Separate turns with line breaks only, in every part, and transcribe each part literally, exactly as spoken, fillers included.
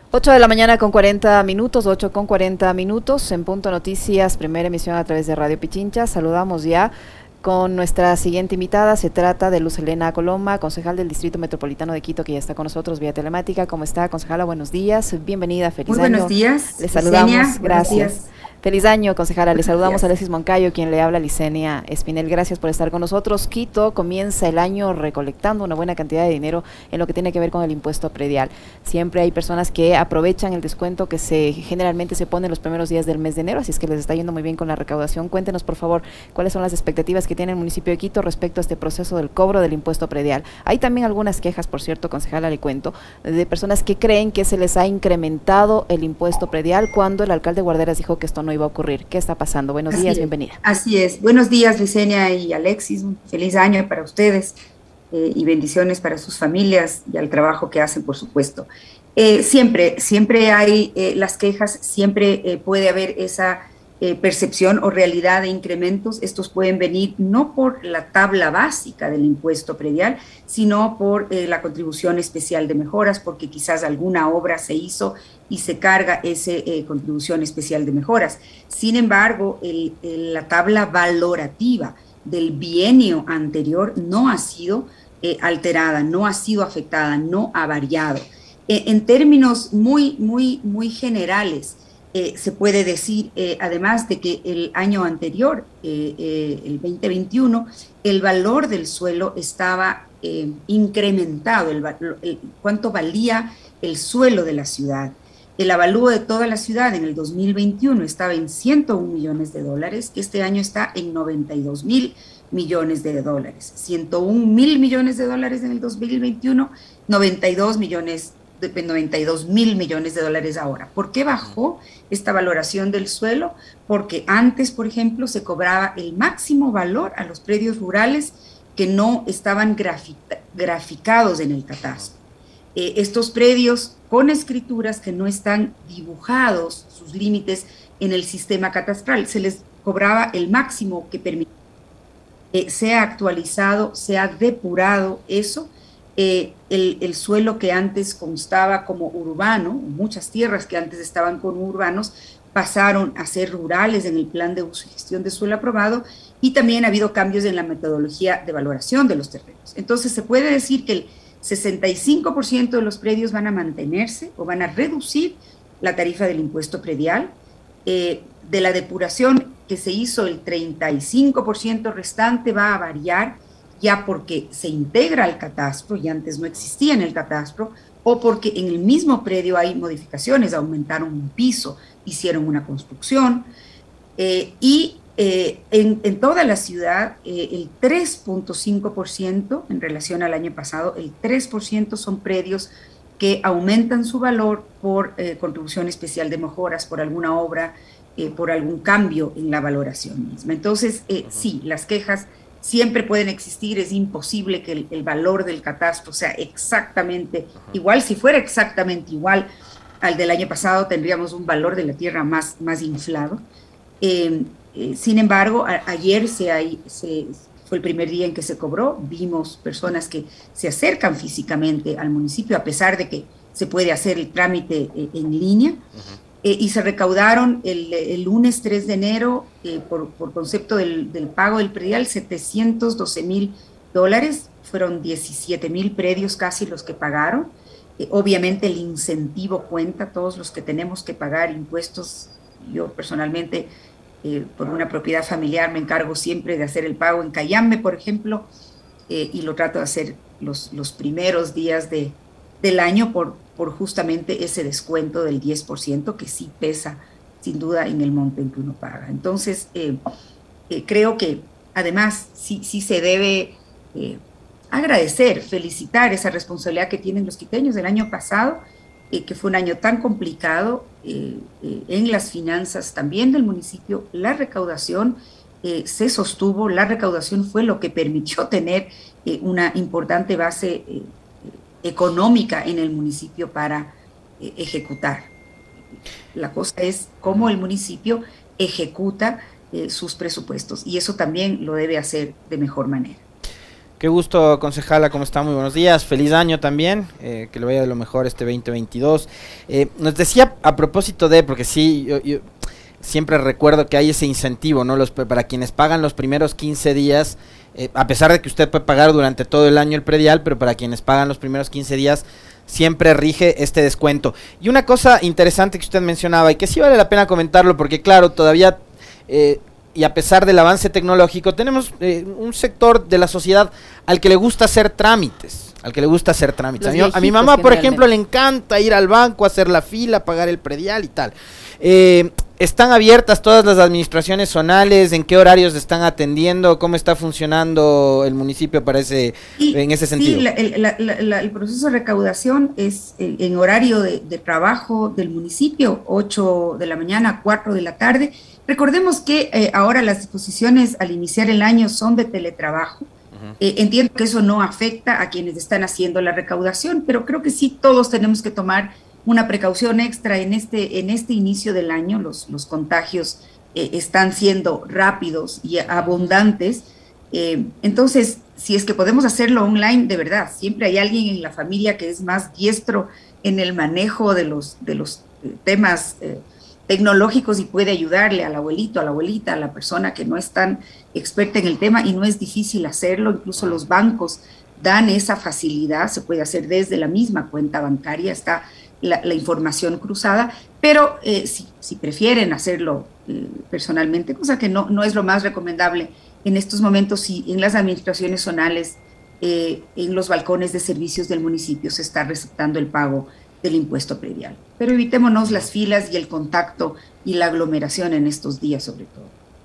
Ocho de la mañana con cuarenta minutos, ocho con cuarenta minutos, en Punto Noticias, primera emisión a través de Radio Pichincha. Saludamos ya con nuestra siguiente invitada. Se trata de Luz Helena Coloma, concejal del Distrito Metropolitano de Quito, que ya está con nosotros vía telemática. ¿Cómo está, concejala? Buenos días, bienvenida, feliz
Muy buenos
año.
días,
Le
Licenia,
saludamos,
buenos
gracias.
días.
Feliz año, concejala. Le
Buenos
saludamos a
días.
Alexis Moncayo, quien le habla, Licenia Espinel. Gracias por estar con nosotros. Quito comienza el año recolectando una buena cantidad de dinero en lo que tiene que ver con el impuesto predial. Siempre hay personas que aprovechan el descuento que se generalmente se pone los primeros días del mes de enero, así es que les está yendo muy bien con la recaudación. Cuéntenos, por favor, cuáles son las expectativas que tiene el municipio de Quito respecto a este proceso del cobro del impuesto predial. Hay también algunas quejas, por cierto, concejala, le cuento, de personas que creen que se les ha incrementado el impuesto predial cuando el alcalde Guarderas dijo que esto no iba a ocurrir. ¿Qué está pasando? Buenos
Así
días,
es,
bienvenida.
así es. Buenos días, Licenia y Alexis. Un feliz año para ustedes eh, y bendiciones para sus familias y al trabajo que hacen, por supuesto. Eh, siempre, siempre hay eh, las quejas, siempre eh, puede haber esa eh, percepción o realidad de incrementos. Estos pueden venir no por la tabla básica del impuesto predial, sino por eh, la contribución especial de mejoras, porque quizás alguna obra se hizo y se carga esa eh, contribución especial de mejoras. Sin embargo, el, el, la tabla valorativa del bienio anterior no ha sido eh, alterada, no ha sido afectada, no ha variado. Eh, en términos muy, muy, muy generales, eh, se puede decir, eh, además de que el año anterior, eh, eh, el veinte veintiuno, el valor del suelo estaba eh, incrementado, el, el, cuánto valía el suelo de la ciudad. El avalúo de toda la ciudad en el dos mil veintiuno estaba en ciento un millones de dólares, este año está en noventa y dos mil millones de dólares. ciento un mil millones de dólares en el dos mil veintiuno, noventa y dos millones de noventa y dos mil millones de dólares ahora. ¿Por qué bajó esta valoración del suelo? Porque antes, por ejemplo, se cobraba el máximo valor a los predios rurales que no estaban graficados en el catastro. Eh, estos predios con escrituras que no están dibujados sus límites en el sistema catastral, se les cobraba el máximo que permitía. Eh, se ha actualizado, se ha depurado eso. Eh, el, el suelo que antes constaba como urbano, muchas tierras que antes estaban como urbanos, pasaron a ser rurales en el plan de uso y gestión de suelo aprobado, y también ha habido cambios en la metodología de valoración de los terrenos. Entonces se puede decir que el sesenta y cinco por ciento de los predios van a mantenerse o van a reducir la tarifa del impuesto predial. Eh, de la depuración que se hizo, el treinta y cinco por ciento restante va a variar, ya porque se integra al catastro, y antes no existía en el catastro, o porque en el mismo predio hay modificaciones, aumentaron un piso, hicieron una construcción, eh, y eh, en, en toda la ciudad eh, el tres punto cinco por ciento en relación al año pasado, el tres por ciento son predios que aumentan su valor por eh, contribución especial de mejoras, por alguna obra, eh, por algún cambio en la valoración misma. Entonces, eh, uh-huh. sí, las quejas siempre pueden existir, es imposible que el, el valor del catastro sea exactamente uh-huh. igual. Si fuera exactamente igual al del año pasado, tendríamos un valor de la tierra más, más inflado. Eh, eh, sin embargo, a, ayer se, hay, se, fue el primer día en que se cobró, vimos personas que se acercan físicamente al municipio, a pesar de que se puede hacer el trámite eh, en línea, uh-huh. eh, y se recaudaron el, el lunes tres de enero, eh, por, por concepto del, del pago del predial, setecientos doce mil dólares, fueron diecisiete mil predios casi los que pagaron. Eh, obviamente el incentivo cuenta, todos los que tenemos que pagar impuestos. Yo personalmente, eh, por una propiedad familiar, me encargo siempre de hacer el pago en Cayambe, por ejemplo, eh, y lo trato de hacer los, los primeros días de, del año por, por justamente ese descuento del diez por ciento que sí pesa, sin duda, en el monto en que uno paga. Entonces, eh, eh, creo que además sí, sí se debe eh, agradecer, felicitar esa responsabilidad que tienen los quiteños del año pasado, Eh, que fue un año tan complicado eh, eh, en las finanzas también del municipio. La recaudación eh, se sostuvo, la recaudación fue lo que permitió tener eh, una importante base eh, económica en el municipio para eh, ejecutar. La cosa es cómo el municipio ejecuta eh, sus presupuestos, y eso también lo debe hacer de mejor manera.
Qué gusto, concejala, ¿cómo está? Muy buenos días, feliz año también, eh, que le vaya de lo mejor este veinte veintidós. Eh, nos decía a propósito de, porque sí, yo, yo siempre recuerdo que hay ese incentivo, ¿no? Los, para quienes pagan los primeros quince días, eh, a pesar de que usted puede pagar durante todo el año el predial, pero para quienes pagan los primeros quince días, siempre rige este descuento. Y una cosa interesante que usted mencionaba, y que sí vale la pena comentarlo, porque claro, todavía... Eh, y a pesar del avance tecnológico, tenemos eh, un sector de la sociedad al que le gusta hacer trámites, al que le gusta hacer trámites. A mi, a mi mamá, por ejemplo, le encanta ir al banco, hacer la fila, pagar el predial y tal. Eh, ¿Están abiertas todas las administraciones zonales? ¿En qué horarios están atendiendo? ¿Cómo está funcionando el municipio para ese, sí, en ese sentido?
Sí, la, el, la, la, el proceso de recaudación es en, en horario de, de trabajo del municipio, ocho de la mañana a cuatro de la tarde. Recordemos que eh, ahora las disposiciones al iniciar el año son de teletrabajo. Uh-huh. eh, entiendo que eso no afecta a quienes están haciendo la recaudación, pero creo que sí todos tenemos que tomar una precaución extra en este, en este inicio del año. Los, los contagios eh, están siendo rápidos y abundantes. Eh, entonces, si es que podemos hacerlo online, de verdad, siempre hay alguien en la familia que es más diestro en el manejo de los, de los eh, temas eh, tecnológicos y puede ayudarle al abuelito, a la abuelita, a la persona que no es tan experta en el tema, y no es difícil hacerlo. Incluso los bancos dan esa facilidad, se puede hacer desde la misma cuenta bancaria, está la, la información cruzada, pero eh, si, si prefieren hacerlo eh, personalmente, cosa que no, no es lo más recomendable en estos momentos, si en las administraciones zonales, eh, en los balcones de servicios del municipio se está receptando el pago del impuesto predial. Pero evitémonos las filas y el contacto y la aglomeración en estos días sobre todo.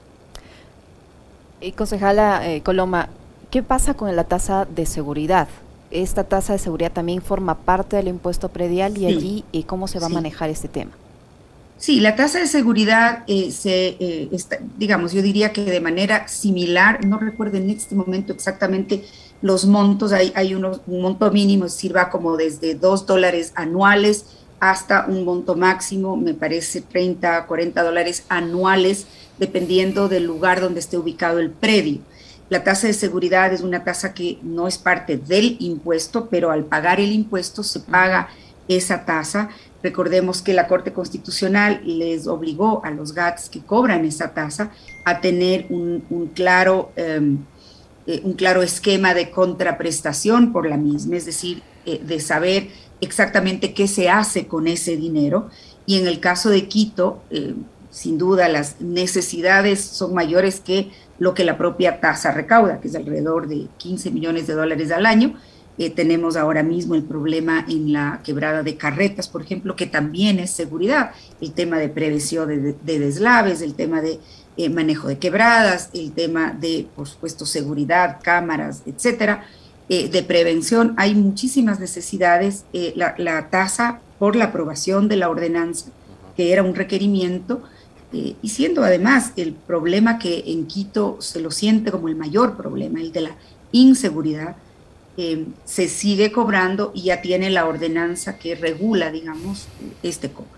Y concejala eh, Coloma, ¿qué pasa con la tasa de seguridad? Esta tasa de seguridad también forma parte del impuesto predial, y sí, allí eh, ¿cómo se va sí. a manejar este tema?
Sí, la tasa de seguridad eh, se, eh, está, digamos, yo diría que de manera similar, no recuerdo en este momento exactamente los montos, hay, hay unos, un monto mínimo, es decir, va como desde dos dólares anuales hasta un monto máximo, me parece treinta, cuarenta dólares anuales, dependiendo del lugar donde esté ubicado el predio. La tasa de seguridad es una tasa que no es parte del impuesto, pero al pagar el impuesto se paga esa tasa. Recordemos que la Corte Constitucional les obligó a los G A Ts que cobran esa tasa a tener un, un claro... Um, Eh, un claro esquema de contraprestación por la misma, es decir, eh, de saber exactamente qué se hace con ese dinero. Y en el caso de Quito, eh, sin duda las necesidades son mayores que lo que la propia tasa recauda, que es alrededor de quince millones de dólares al año. Eh, tenemos ahora mismo el problema en la quebrada de Carretas, por ejemplo, que también es seguridad, el tema de prevención de, de, de deslaves, el tema de Eh, manejo de quebradas, el tema de, por supuesto, seguridad, cámaras, etcétera, eh, de prevención. Hay muchísimas necesidades. Eh, la, la tasa por la aprobación de la ordenanza, que era un requerimiento, eh, y siendo además el problema que en Quito se lo siente como el mayor problema, el de la inseguridad, eh, se sigue cobrando y ya tiene la ordenanza que regula, digamos, este cobro.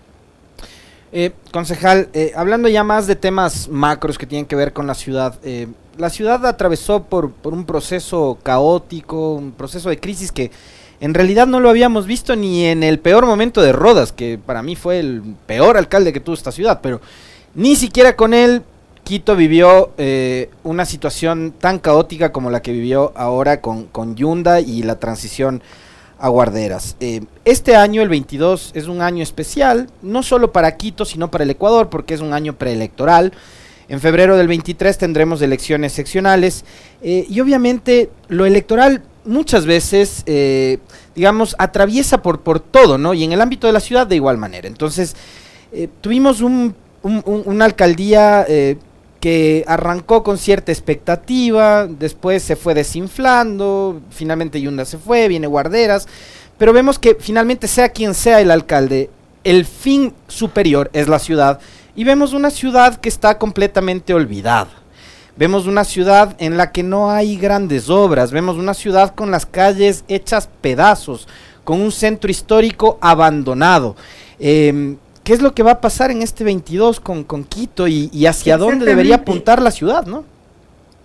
Eh, concejal, eh, hablando ya más de temas macros que tienen que ver con la ciudad, eh, la ciudad atravesó por, por un proceso caótico, un proceso de crisis que en realidad no lo habíamos visto ni en el peor momento de Rodas, que para mí fue el peor alcalde que tuvo esta ciudad, pero ni siquiera con él Quito vivió eh, una situación tan caótica como la que vivió ahora con, con Yunda y la transición a Guarderas. Eh, este año, el veintidós, es un año especial, no solo para Quito, sino para el Ecuador, porque es un año preelectoral. En febrero del veintitrés tendremos elecciones seccionales, eh, y obviamente lo electoral muchas veces, eh, digamos, atraviesa por, por todo, ¿no? Y en el ámbito de la ciudad de igual manera. Entonces, eh, tuvimos un, un, un, una alcaldía eh, que arrancó con cierta expectativa, después se fue desinflando, finalmente Yunda se fue, viene Guarderas, pero vemos que finalmente sea quien sea el alcalde, el fin superior es la ciudad, y vemos una ciudad que está completamente olvidada. Vemos una ciudad en la que no hay grandes obras, vemos una ciudad con las calles hechas pedazos, con un centro histórico abandonado. Eh, ¿Qué es lo que va a pasar en este veintidós con, con Quito y, y hacia dónde debería apuntar la ciudad, no?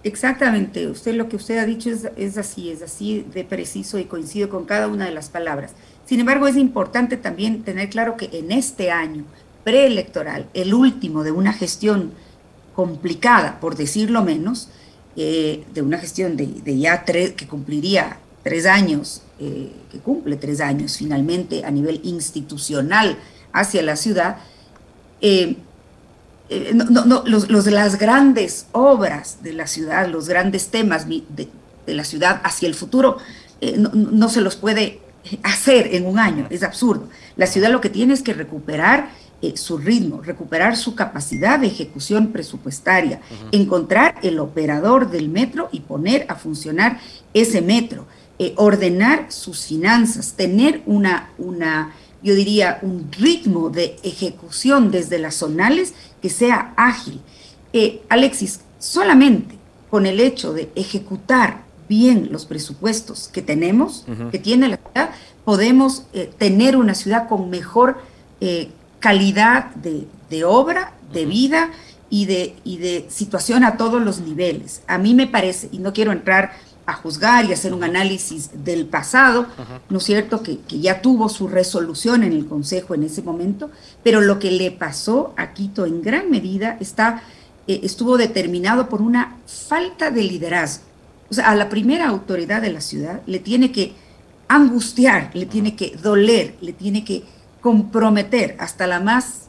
exactamente, usted lo que usted ha dicho es, es así, es así de preciso y coincido con cada una de las palabras. Sin embargo, es importante también tener claro que en este año preelectoral, el último de una gestión complicada, por decirlo menos, eh, de una gestión de, de ya tres, que cumpliría tres años, eh, que cumple tres años finalmente a nivel institucional hacia la ciudad, eh, eh, no, no, no, los, los, las grandes obras de la ciudad, los grandes temas de, de la ciudad hacia el futuro, eh, no, no se los puede hacer en un año, es absurdo. La ciudad lo que tiene es que recuperar eh, su ritmo, recuperar su capacidad de ejecución presupuestaria, uh-huh. encontrar el operador del metro y poner a funcionar ese metro, eh, ordenar sus finanzas, tener una, una, yo diría, un ritmo de ejecución desde las zonales que sea ágil. Eh, Alexis, solamente con el hecho de ejecutar bien los presupuestos que tenemos, uh-huh. que tiene la ciudad, podemos eh, tener una ciudad con mejor eh, calidad de, de obra, de uh-huh. vida y de, y de situación a todos los niveles. A mí me parece, y no quiero entrar a juzgar y hacer un análisis del pasado, uh-huh. ¿no es cierto?, que, que ya tuvo su resolución en el Consejo en ese momento, pero lo que le pasó a Quito en gran medida está, eh, estuvo determinado por una falta de liderazgo. O sea, a la primera autoridad de la ciudad le tiene que angustiar, le tiene que doler, le tiene que comprometer hasta la más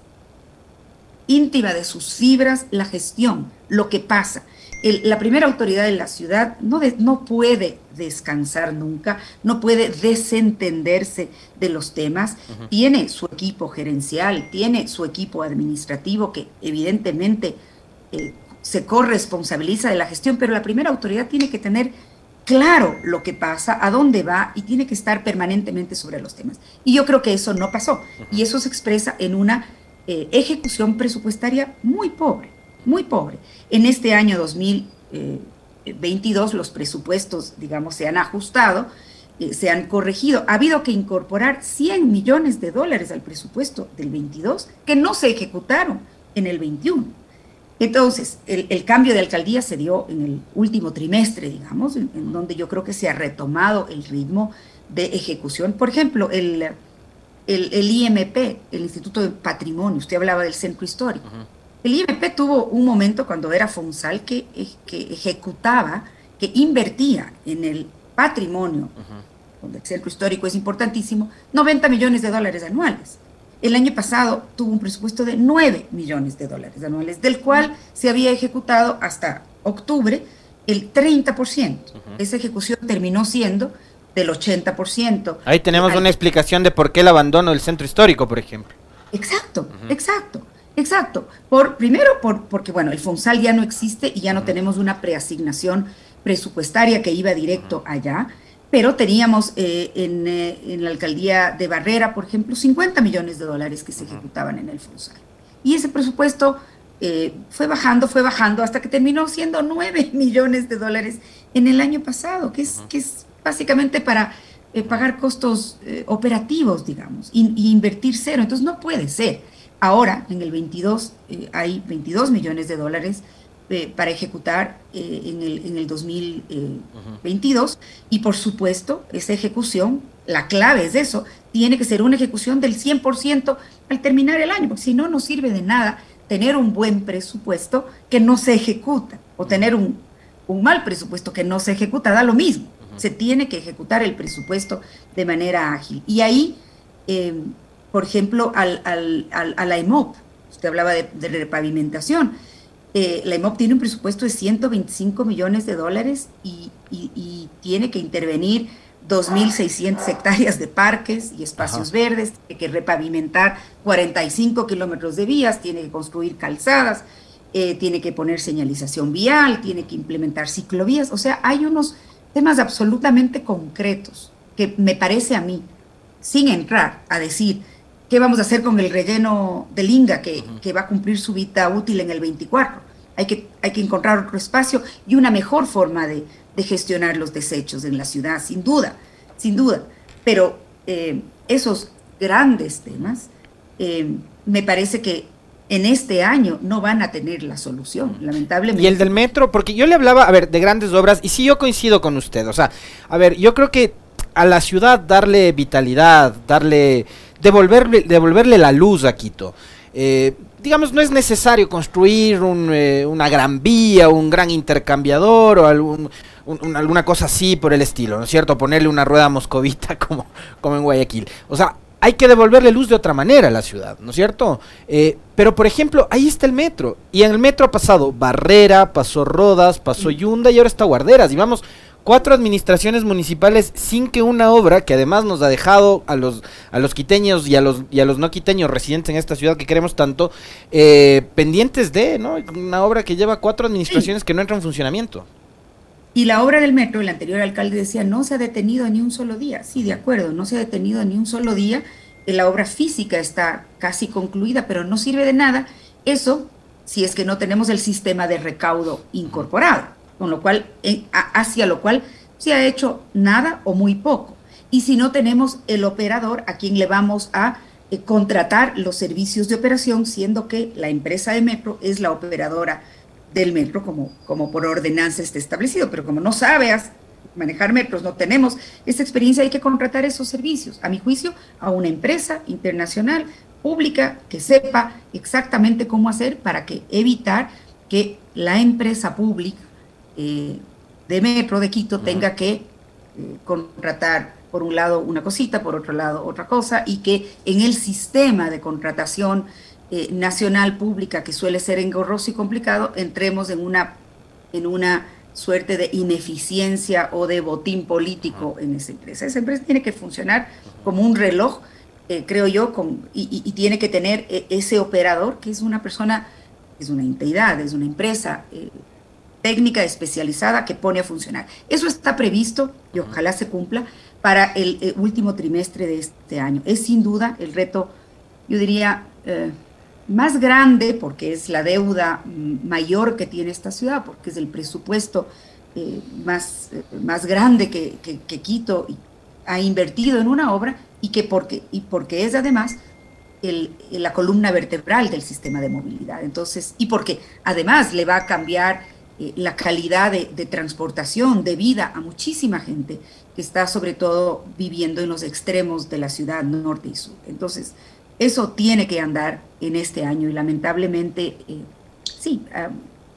íntima de sus fibras la gestión, lo que pasa. El, la primera autoridad de la ciudad no, de, no puede descansar nunca, no puede desentenderse de los temas, uh-huh. tiene su equipo gerencial, tiene su equipo administrativo que evidentemente eh, se corresponsabiliza de la gestión, pero la primera autoridad tiene que tener claro lo que pasa, a dónde va y tiene que estar permanentemente sobre los temas. Y yo creo que eso no pasó, uh-huh. y eso se expresa en una eh, ejecución presupuestaria muy pobre, muy pobre. En este año dos mil veintidós los presupuestos, digamos, se han ajustado, eh, se han corregido. Ha habido que incorporar cien millones de dólares al presupuesto del veintidós que no se ejecutaron en el veintiuno. Entonces, el, el cambio de alcaldía se dio en el último trimestre, digamos, en, en donde yo creo que se ha retomado el ritmo de ejecución. Por ejemplo, el, el, el I M P, el Instituto de Patrimonio, usted hablaba del Centro Histórico. Uh-huh. El I M P tuvo un momento cuando era Fonsal que, que ejecutaba, que invertía en el patrimonio, uh-huh. donde el Centro Histórico es importantísimo, noventa millones de dólares anuales. El año pasado tuvo un presupuesto de nueve millones de dólares anuales, del cual se había ejecutado hasta octubre el treinta por ciento. Uh-huh. Esa ejecución terminó siendo del ochenta por ciento.
Ahí tenemos Ahí. una explicación de por qué el abandono del Centro Histórico, por ejemplo.
Exacto, uh-huh. exacto, exacto. Por, primero, por, porque bueno, el Fonsal ya no existe y ya no uh-huh. tenemos una preasignación presupuestaria que iba directo uh-huh. allá. Pero teníamos eh, en, eh, en la alcaldía de Barrera, por ejemplo, cincuenta millones de dólares que se ejecutaban en el Fonsal. Y ese presupuesto eh, fue bajando, fue bajando, hasta que terminó siendo nueve millones de dólares en el año pasado, que es, que es básicamente para eh, pagar costos eh, operativos, digamos, y, y invertir cero. Entonces no puede ser. Ahora, en el veintidós, eh, hay veintidós millones de dólares Eh, para ejecutar eh, en, el, en el dos mil veintidós, uh-huh. y por supuesto esa ejecución, la clave es eso, tiene que ser una ejecución del cien por ciento al terminar el año, porque si no, no sirve de nada tener un buen presupuesto que no se ejecuta, o tener un, un mal presupuesto que no se ejecuta, da lo mismo, uh-huh. se tiene que ejecutar el presupuesto de manera ágil. Y ahí, eh, por ejemplo, al, al, al, a la E M O P, usted hablaba de, de repavimentación. Eh, la E M O P tiene un presupuesto de ciento veinticinco millones de dólares y, y, y tiene que intervenir dos mil seiscientas hectáreas de parques y espacios Ajá. verdes, tiene que repavimentar cuarenta y cinco kilómetros de vías, tiene que construir calzadas, eh, tiene que poner señalización vial, tiene que implementar ciclovías. O sea, hay unos temas absolutamente concretos que me parece a mí, sin entrar a decir ¿qué vamos a hacer con el relleno del Inga que, uh-huh. que va a cumplir su vida útil en el veinticuatro? Hay que, hay que encontrar otro espacio y una mejor forma de, de gestionar los desechos en la ciudad, sin duda, sin duda. Pero eh, esos grandes temas, eh, me parece que en este año no van a tener la solución, lamentablemente.
Y el del metro, porque yo le hablaba, a ver, de grandes obras, y sí, yo coincido con usted, o sea, a ver, yo creo que a la ciudad darle vitalidad, darle, devolverle, devolverle la luz a Quito, eh, digamos, no es necesario construir un, eh, una gran vía, un gran intercambiador o algún, un, un, alguna cosa así por el estilo, ¿no es cierto? Ponerle una rueda moscovita como, como en Guayaquil, o sea, hay que devolverle luz de otra manera a la ciudad, ¿no es cierto? Eh, pero, por ejemplo, ahí está el metro. Y en el metro ha pasado Barrera, pasó Rodas, pasó Yunda y ahora está Guarderas. Y vamos, cuatro administraciones municipales sin que una obra, que además nos ha dejado a los a los quiteños y a los y a los no quiteños residentes en esta ciudad que queremos tanto, eh, pendientes de, ¿no? Una obra que lleva cuatro administraciones sí. que no entra en funcionamiento.
Y la obra del metro, el anterior alcalde decía, no se ha detenido ni un solo día. Sí, de acuerdo, no se ha detenido ni un solo día. La obra física está casi concluida, pero no sirve de nada. Eso, si es que no tenemos el sistema de recaudo incorporado, con lo cual, en, hacia lo cual se ha hecho nada o muy poco. Y si no tenemos el operador a quien le vamos a eh, contratar los servicios de operación, siendo que la empresa de metro es la operadora del metro, como, como por ordenanza está establecido, pero como no sabes manejar metros, no tenemos esta experiencia, hay que contratar esos servicios, a mi juicio, a una empresa internacional, pública, que sepa exactamente cómo hacer para que evitar que la empresa pública eh, de metro de Quito uh-huh. tenga que eh, contratar por un lado una cosita, por otro lado otra cosa, y que en el sistema de contratación Eh, nacional pública, que suele ser engorroso y complicado, entremos en una, en una suerte de ineficiencia o de botín político en esa empresa. Esa empresa tiene que funcionar como un reloj, eh, creo yo, con, y, y, y tiene que tener eh, ese operador, que es una persona, es una entidad, es una empresa eh, técnica especializada que pone a funcionar. Eso está previsto y ojalá se cumpla para el, el último trimestre de este año. Es sin duda el reto, yo diría, eh, más grande, porque es la deuda mayor que tiene esta ciudad, porque es el presupuesto eh, más, eh, más grande que, que, que Quito ha invertido en una obra, y, que porque, y porque es además el, la columna vertebral del sistema de movilidad. Entonces, y porque además le va a cambiar eh, la calidad de, de transportación, de vida a muchísima gente que está sobre todo viviendo en los extremos de la ciudad norte y sur. Entonces, eso tiene que andar en este año y lamentablemente, eh, sí, uh,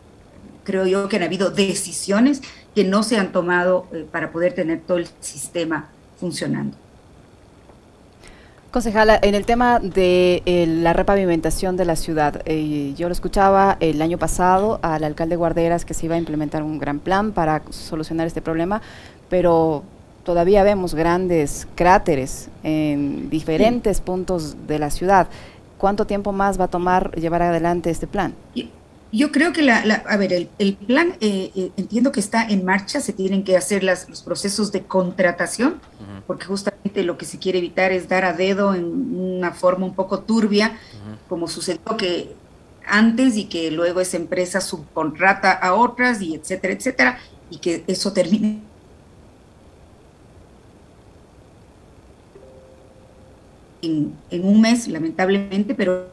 creo yo que han habido decisiones que no se han tomado eh, para poder tener todo el sistema funcionando.
Concejala, en el tema de eh, la repavimentación de la ciudad, eh, yo lo escuchaba el año pasado al alcalde Guarderas que se iba a implementar un gran plan para solucionar este problema, pero todavía vemos grandes cráteres en diferentes sí. puntos de la ciudad. ¿Cuánto tiempo más va a tomar llevar adelante este plan?
Yo creo que, la, la, a ver, el, el plan eh, eh, entiendo que está en marcha, se tienen que hacer las, los procesos de contratación, uh-huh. porque justamente lo que se quiere evitar es dar a dedo en una forma un poco turbia, uh-huh. como sucedió que antes y que luego esa empresa subcontrata a otras y etcétera, etcétera, y que eso termine En, en un mes, lamentablemente, pero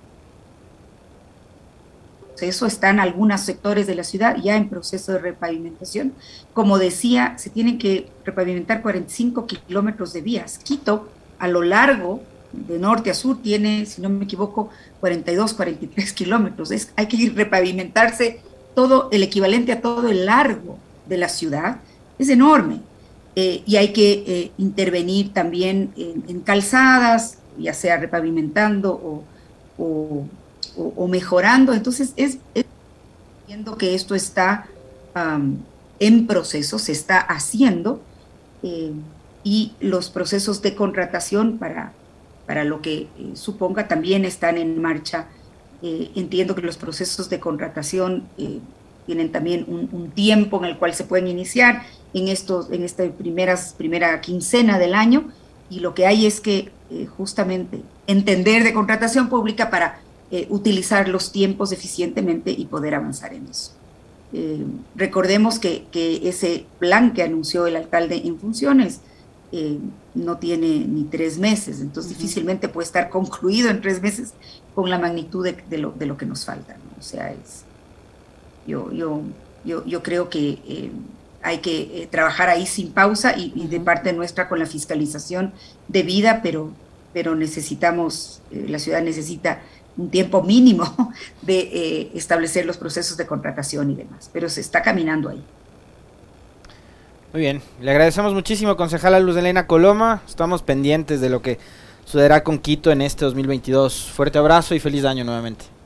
eso están algunos sectores de la ciudad ya en proceso de repavimentación. Como decía, se tienen que repavimentar cuarenta y cinco kilómetros de vías. Quito, a lo largo, de norte a sur, tiene, si no me equivoco, cuarenta y dos, cuarenta y tres kilómetros. Es, hay que ir repavimentarse todo, el equivalente a todo el largo de la ciudad. Es enorme. Eh, y hay que eh, intervenir también en, en calzadas, ya sea repavimentando o, o, o, o mejorando. Entonces, es, es viendo que esto está um, en proceso, se está haciendo, eh, y los procesos de contratación para, para lo que eh, suponga también están en marcha. Eh, entiendo que los procesos de contratación eh, tienen también un, un tiempo en el cual se pueden iniciar en estos, en esta primeras, primera quincena del año, y lo que hay es que eh, justamente entender de contratación pública para eh, utilizar los tiempos eficientemente y poder avanzar en eso. Eh, recordemos que, que ese plan que anunció el alcalde en funciones eh, no tiene ni tres meses, entonces uh-huh. difícilmente puede estar concluido en tres meses con la magnitud de, de, lo, de lo que nos falta, ¿no? O sea, es, yo, yo, yo, yo creo que eh, hay que eh, trabajar ahí sin pausa y, y uh-huh. de parte nuestra con la fiscalización debida, pero, pero necesitamos, eh, la ciudad necesita un tiempo mínimo de eh, establecer los procesos de contratación y demás, pero se está caminando ahí.
Muy bien, le agradecemos muchísimo, concejala Luz Helena Coloma, estamos pendientes de lo que sucederá con Quito en este dos mil veintidós. Fuerte abrazo y feliz año nuevamente.